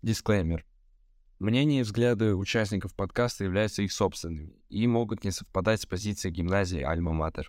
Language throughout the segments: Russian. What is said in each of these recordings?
Дисклеймер. Мнения и взгляды участников подкаста являются их собственными и могут не совпадать с позицией гимназии Альма-Матер.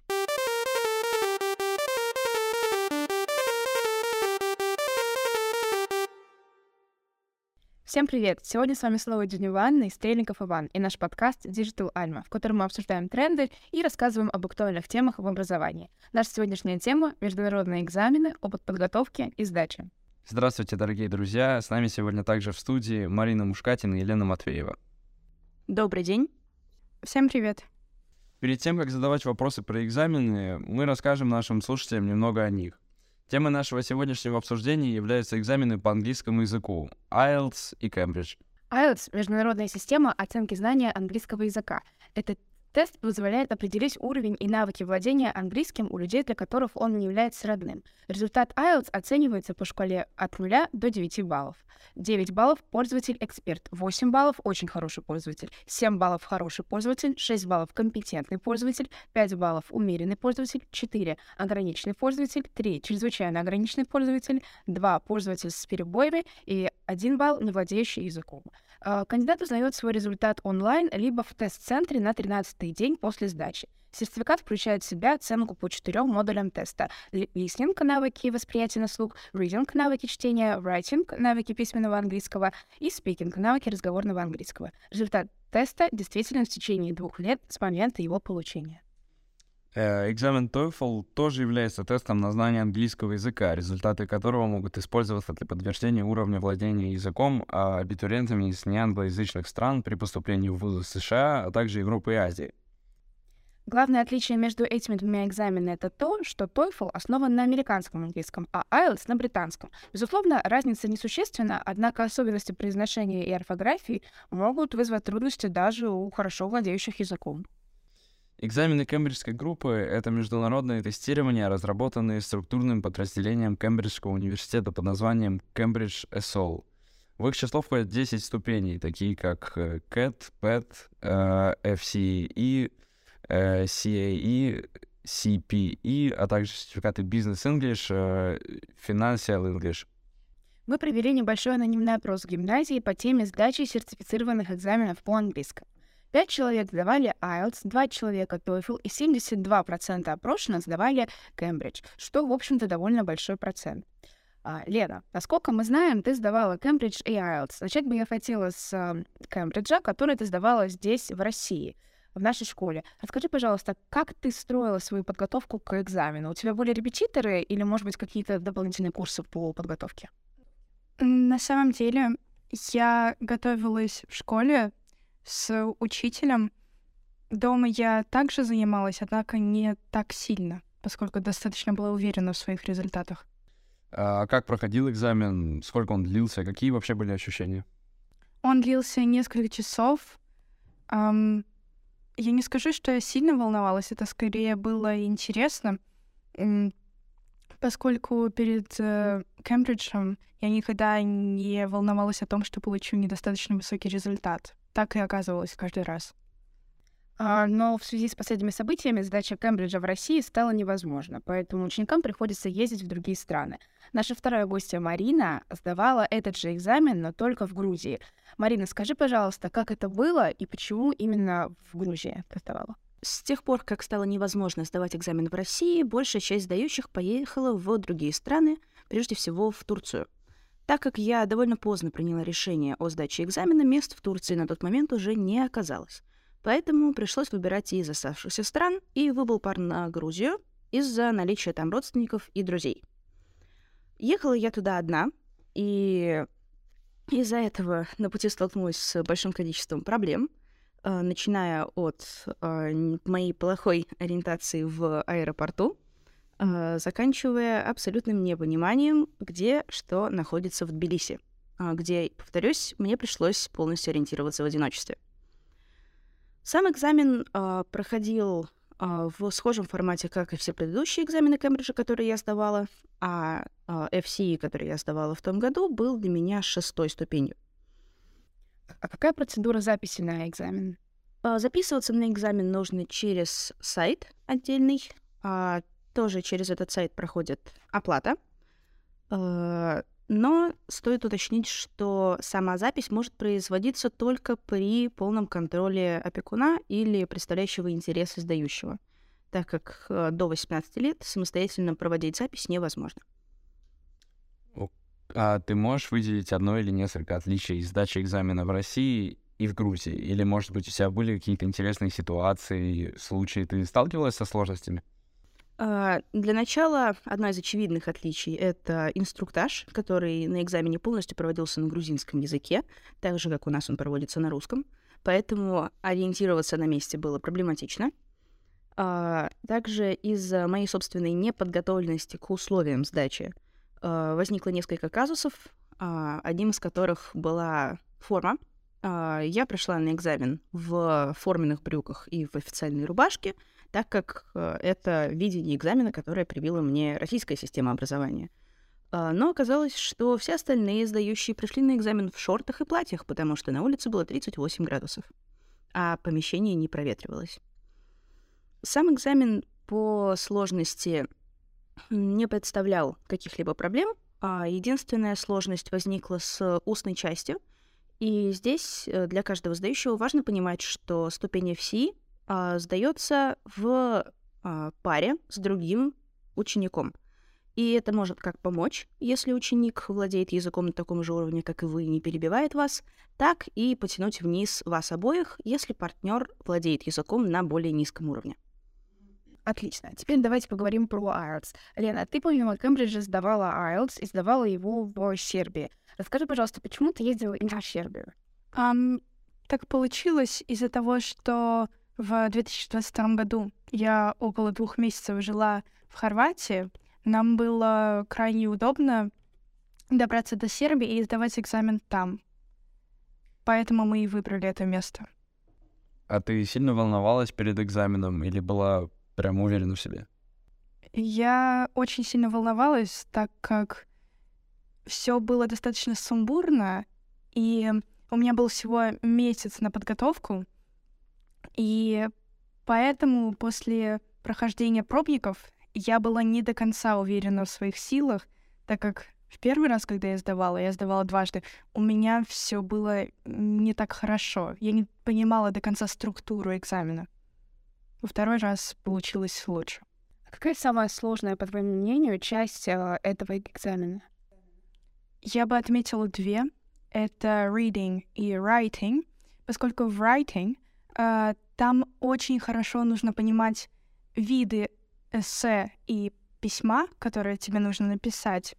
Всем привет! Сегодня с вами снова Дюня Ивановна из Стрельников Иван и наш подкаст Digital Alma, в котором мы обсуждаем тренды и рассказываем об актуальных темах в образовании. Наша сегодняшняя тема — международные экзамены, опыт подготовки и сдачи. Здравствуйте, дорогие друзья! С нами сегодня также в студии Марина Мушкатина и Елена Матвеева. Добрый день! Всем привет! Перед тем, как задавать вопросы про экзамены, мы расскажем нашим слушателям немного о них. Темой нашего сегодняшнего обсуждения являются экзамены по английскому языку IELTS и Cambridge. IELTS — международная система оценки знания английского языка. Этот тест позволяет определить уровень и навыки владения английским у людей, для которых он не является родным. Результат IELTS оценивается по шкале от 0 до 9 баллов. 9 баллов — пользователь-эксперт, 8 баллов — очень хороший пользователь, 7 баллов — хороший пользователь, 6 баллов — компетентный пользователь, 5 баллов — умеренный пользователь, 4 — ограниченный пользователь, 3 — чрезвычайно ограниченный пользователь, 2 — пользователь с перебоями и 1 балл — не владеющий языком. Кандидат узнает свой результат онлайн либо в тест-центре на 13-й день после сдачи. Сертификат включает в себя оценку по 4 модулям теста: listening — навыки восприятия на слух, reading — навыки чтения, writing — навыки письменного английского и speaking — навыки разговорного английского. Результат теста действителен в течение 2 лет с момента его получения. Экзамен TOEFL тоже является тестом на знание английского языка, результаты которого могут использоваться для подтверждения уровня владения языком абитуриентами из неанглоязычных стран при поступлении в вузы США, а также Европы и Азии. Главное отличие между этими двумя экзаменами — это то, что TOEFL основан на американском английском, а IELTS — на британском. Безусловно, разница несущественна, однако особенности произношения и орфографии могут вызвать трудности даже у хорошо владеющих языком. Экзамены кембриджской группы — это международные тестирования, разработанные структурным подразделением Кембриджского университета под названием Cambridge ESOL. В их число входят 10 ступеней, такие как CAT, PET, FCE, CAE, CPE, а также сертификаты Business English, Financial English. Мы провели небольшой анонимный опрос в гимназии по теме сдачи сертифицированных экзаменов по английскому. 5 человек сдавали IELTS, 2 человека TOEFL и 72% опрошенных сдавали Cambridge, что, в общем-то, довольно большой процент. Лена, насколько мы знаем, ты сдавала Cambridge и IELTS. Начать бы я хотела с Кембриджа, который ты сдавала здесь, в России, в нашей школе. Расскажи, пожалуйста, как ты строила свою подготовку к экзамену? У тебя были репетиторы или, может быть, какие-то дополнительные курсы по подготовке? На самом деле, я готовилась в школе с учителем. Дома я также занималась, однако не так сильно, поскольку достаточно была уверена в своих результатах. А как проходил экзамен? Сколько он длился? Какие вообще были ощущения? Он длился несколько часов. Я не скажу, что я сильно волновалась, это скорее было интересно, поскольку перед Кембриджем я никогда не волновалась о том, что получу недостаточно высокий результат. Так и оказывалось каждый раз. Но в связи с последними событиями сдача Кембриджа в России стала невозможна, поэтому ученикам приходится ездить в другие страны. Наша вторая гостья Марина сдавала этот же экзамен, но только в Грузии. Марина, скажи, пожалуйста, как это было и почему именно в Грузии ты сдавала? С тех пор, как стало невозможно сдавать экзамен в России, большая часть сдающих поехала в другие страны, прежде всего в Турцию. Так как я довольно поздно приняла решение о сдаче экзамена, мест в Турции на тот момент уже не оказалось. Поэтому пришлось выбирать из оставшихся стран, и выбыл пар на Грузию из-за наличия там родственников и друзей. Ехала я туда одна, и из-за этого на пути столкнулась с большим количеством проблем, начиная от моей плохой ориентации в аэропорту, заканчивая абсолютным непониманием, где что находится в Тбилиси, где, повторюсь, мне пришлось полностью ориентироваться в одиночестве. Сам экзамен проходил в схожем формате, как и все предыдущие экзамены Кембриджа, которые я сдавала, а FCE, который я сдавала в том году, был для меня 6-й ступенью. А какая процедура записи на экзамен? Записываться на экзамен нужно через сайт отдельный. Тоже через этот сайт проходит оплата. Но стоит уточнить, что сама запись может производиться только при полном контроле опекуна или представляющего интересы сдающего, так как до 18 лет самостоятельно проводить запись невозможно. А ты можешь выделить одно или несколько отличий сдачи экзамена в России и в Грузии? Или, может быть, у тебя были какие-то интересные ситуации, случаи? Ты сталкивалась со сложностями? Для начала, одно из очевидных отличий — это инструктаж, который на экзамене полностью проводился на грузинском языке, так же, как у нас он проводится на русском, поэтому ориентироваться на месте было проблематично. Также из-за моей собственной неподготовленности к условиям сдачи возникло несколько казусов, одним из которых была форма. Я пришла на экзамен в форменных брюках и в официальной рубашке, так как это видение экзамена, которое привила мне российская система образования. Но оказалось, что все остальные сдающие пришли на экзамен в шортах и платьях, потому что на улице было 38 градусов, а помещение не проветривалось. Сам экзамен по сложности не представлял каких-либо проблем, а единственная сложность возникла с устной частью. И здесь для каждого сдающего важно понимать, что ступень FCE сдается в паре с другим учеником. И это может как помочь, если ученик владеет языком на таком же уровне, как и вы, и не перебивает вас, так и потянуть вниз вас обоих, если партнер владеет языком на более низком уровне. Отлично. Теперь давайте поговорим про IELTS. Лена, ты помимо Кембриджа сдавала IELTS и сдавала его в Сербии. Расскажи, пожалуйста, почему ты ездила именно в Сербию? Так получилось из-за того, что в 2022 году я около 2 месяцев жила в Хорватии. Нам было крайне удобно добраться до Сербии и сдавать экзамен там. Поэтому мы и выбрали это место. А ты сильно волновалась перед экзаменом или была прям уверена в себе? Я очень сильно волновалась, так как все было достаточно сумбурно, и у меня был всего месяц на подготовку, и поэтому после прохождения пробников я была не до конца уверена в своих силах, так как в первый раз, когда я сдавала дважды, у меня все было не так хорошо. Я не понимала до конца структуру экзамена. Во второй раз получилось лучше. Какая самая сложная, по твоему мнению, часть этого экзамена? Я бы отметила 2. Это reading и writing, поскольку в writing там очень хорошо нужно понимать виды эссе и письма, которые тебе нужно написать.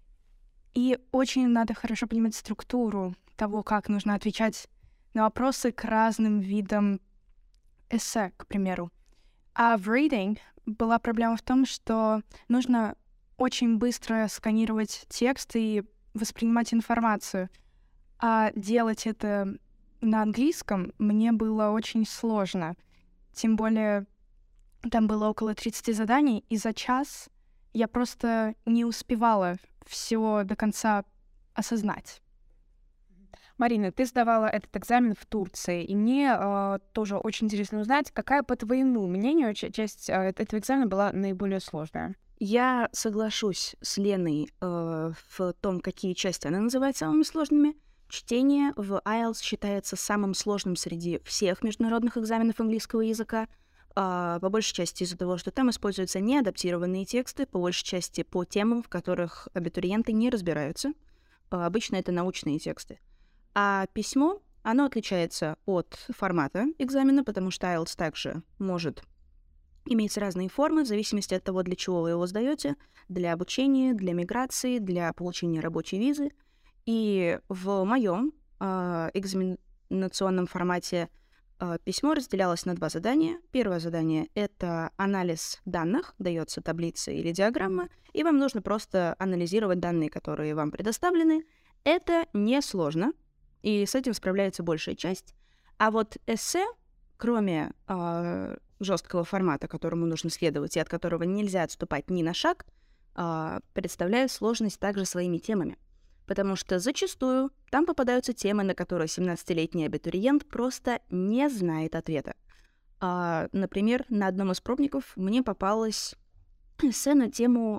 И очень надо хорошо понимать структуру того, как нужно отвечать на вопросы к разным видам эссе, к примеру. А в reading была проблема в том, что нужно очень быстро сканировать текст и воспринимать информацию. А делать это на английском мне было очень сложно. Тем более там было около 30 заданий, и за час я просто не успевала все до конца осознать. Марина, ты сдавала этот экзамен в Турции, и мне тоже очень интересно узнать, какая, по твоему мнению, часть этого экзамена была наиболее сложная? Я соглашусь с Леной в том, какие части она называет самыми сложными. Чтение в IELTS считается самым сложным среди всех международных экзаменов английского языка, по большей части из-за того, что там используются неадаптированные тексты, по большей части по темам, в которых абитуриенты не разбираются. Обычно это научные тексты. А письмо, оно отличается от формата экзамена, потому что IELTS также может иметь разные формы в зависимости от того, для чего вы его сдаете, для обучения, для миграции, для получения рабочей визы. И в моем экзаменационном формате письмо разделялось на 2 задания. Первое задание — это анализ данных, дается таблица или диаграмма, и вам нужно просто анализировать данные, которые вам предоставлены. Это несложно, и с этим справляется большая часть. А вот эссе, кроме жесткого формата, которому нужно следовать и от которого нельзя отступать ни на шаг, представляет сложность также своими темами. Потому что зачастую там попадаются темы, на которые 17-летний абитуриент просто не знает ответа. Например, на одном из пробников мне попалось эссе на тему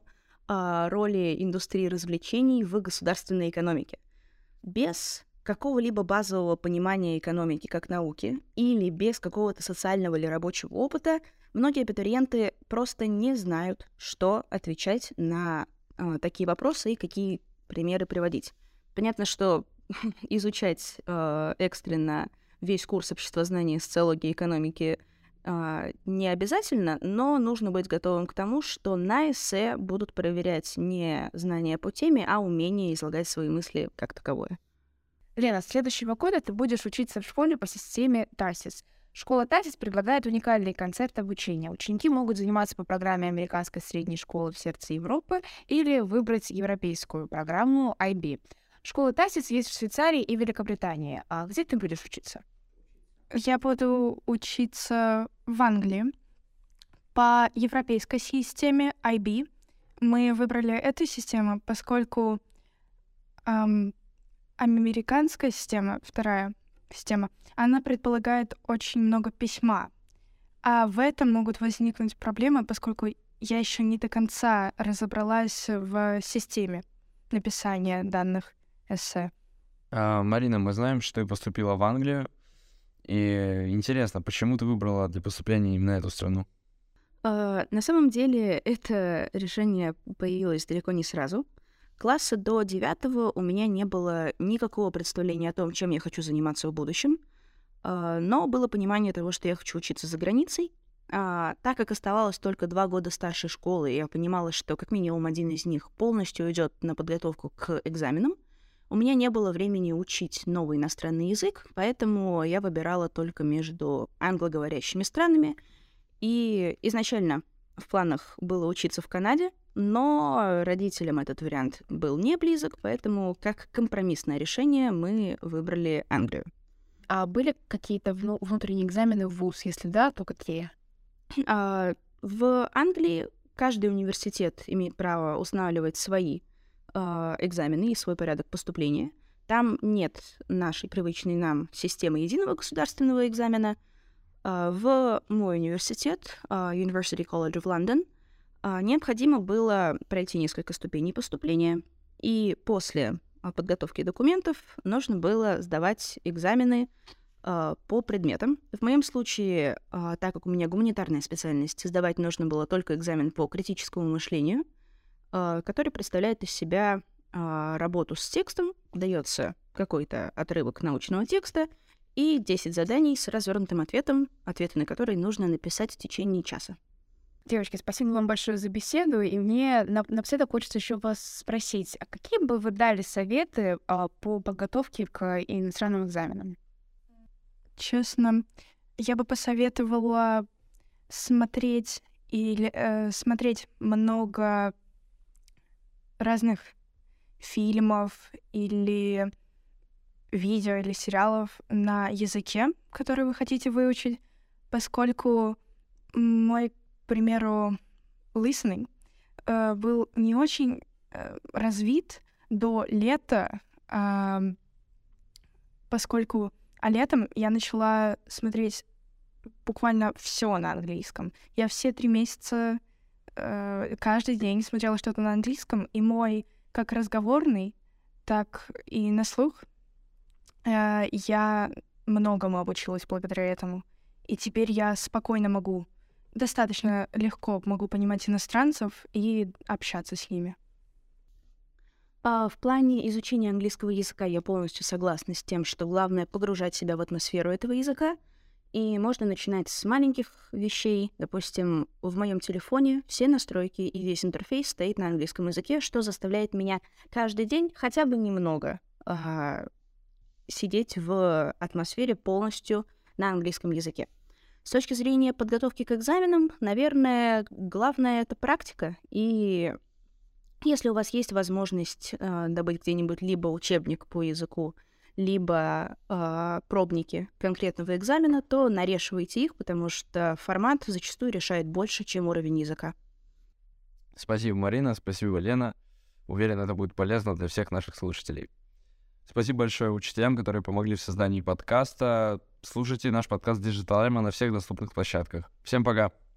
роли индустрии развлечений в государственной экономике. Без какого-либо базового понимания экономики как науки или без какого-то социального или рабочего опыта многие абитуриенты просто не знают, что отвечать на такие вопросы и какие примеры приводить. Понятно, что изучать экстренно весь курс обществознания, социологии, экономики не обязательно, но нужно быть готовым к тому, что на эссе будут проверять не знания по теме, а умение излагать свои мысли как таковое. Лена, с следующего года ты будешь учиться в школе по системе TASIS. Школа TASIS предлагает уникальный концепт обучения. Ученики могут заниматься по программе американской средней школы в сердце Европы или выбрать европейскую программу IB. Школа TASIS есть в Швейцарии и Великобритании. А где ты будешь учиться? Я буду учиться в Англии по европейской системе IB. Мы выбрали эту систему, поскольку американская система, вторая система, она предполагает очень много письма. А в этом могут возникнуть проблемы, поскольку я еще не до конца разобралась в системе написания данных эссе. Марина, мы знаем, что ты поступила в Англию. И интересно, почему ты выбрала для поступления именно эту страну? На самом деле, это решение появилось далеко не сразу. Класса до 9 у меня не было никакого представления о том, чем я хочу заниматься в будущем, но было понимание того, что я хочу учиться за границей. Так как оставалось только 2 года старшей школы, я понимала, что как минимум один из них полностью уйдет на подготовку к экзаменам, у меня не было времени учить новый иностранный язык, поэтому я выбирала только между англоговорящими странами. И изначально в планах было учиться в Канаде, но родителям этот вариант был не близок, поэтому как компромиссное решение мы выбрали Англию. А были какие-то внутренние экзамены в ВУЗ? Если да, то какие? В Англии каждый университет имеет право устанавливать свои экзамены и свой порядок поступления. Там нет нашей привычной нам системы единого государственного экзамена. В мой университет, University College of London, необходимо было пройти несколько ступеней поступления. И после подготовки документов нужно было сдавать экзамены по предметам. В моем случае, так как у меня гуманитарная специальность, сдавать нужно было только экзамен по критическому мышлению, который представляет из себя работу с текстом, дается какой-то отрывок научного текста и 10 заданий с развернутым ответом, ответы на которые нужно написать в течение часа. Девочки, спасибо вам большое за беседу, и мне напоследок хочется еще вас спросить, а какие бы вы дали советы по подготовке к иностранным экзаменам? Честно, я бы посоветовала смотреть много разных фильмов или видео или сериалов на языке, который вы хотите выучить, поскольку мой, к примеру, listening был не очень развит до лета, поскольку летом я начала смотреть буквально все на английском. Я все 3 месяца каждый день смотрела что-то на английском, и мой как разговорный, так и на слух я многому обучилась благодаря этому. И теперь я спокойно достаточно легко могу понимать иностранцев и общаться с ними. В плане изучения английского языка я полностью согласна с тем, что главное погружать себя в атмосферу этого языка. И можно начинать с маленьких вещей. Допустим, в моем телефоне все настройки и весь интерфейс стоит на английском языке, что заставляет меня каждый день хотя бы немного сидеть в атмосфере полностью на английском языке. С точки зрения подготовки к экзаменам, наверное, главное — это практика. И если у вас есть возможность добыть где-нибудь либо учебник по языку, либо пробники конкретного экзамена, то нарешивайте их, потому что формат зачастую решает больше, чем уровень языка. Спасибо, Марина, спасибо, Лена. Уверен, это будет полезно для всех наших слушателей. Спасибо большое учителям, которые помогли в создании подкаста. Слушайте наш подкаст Digital Lemma на всех доступных площадках. Всем пока!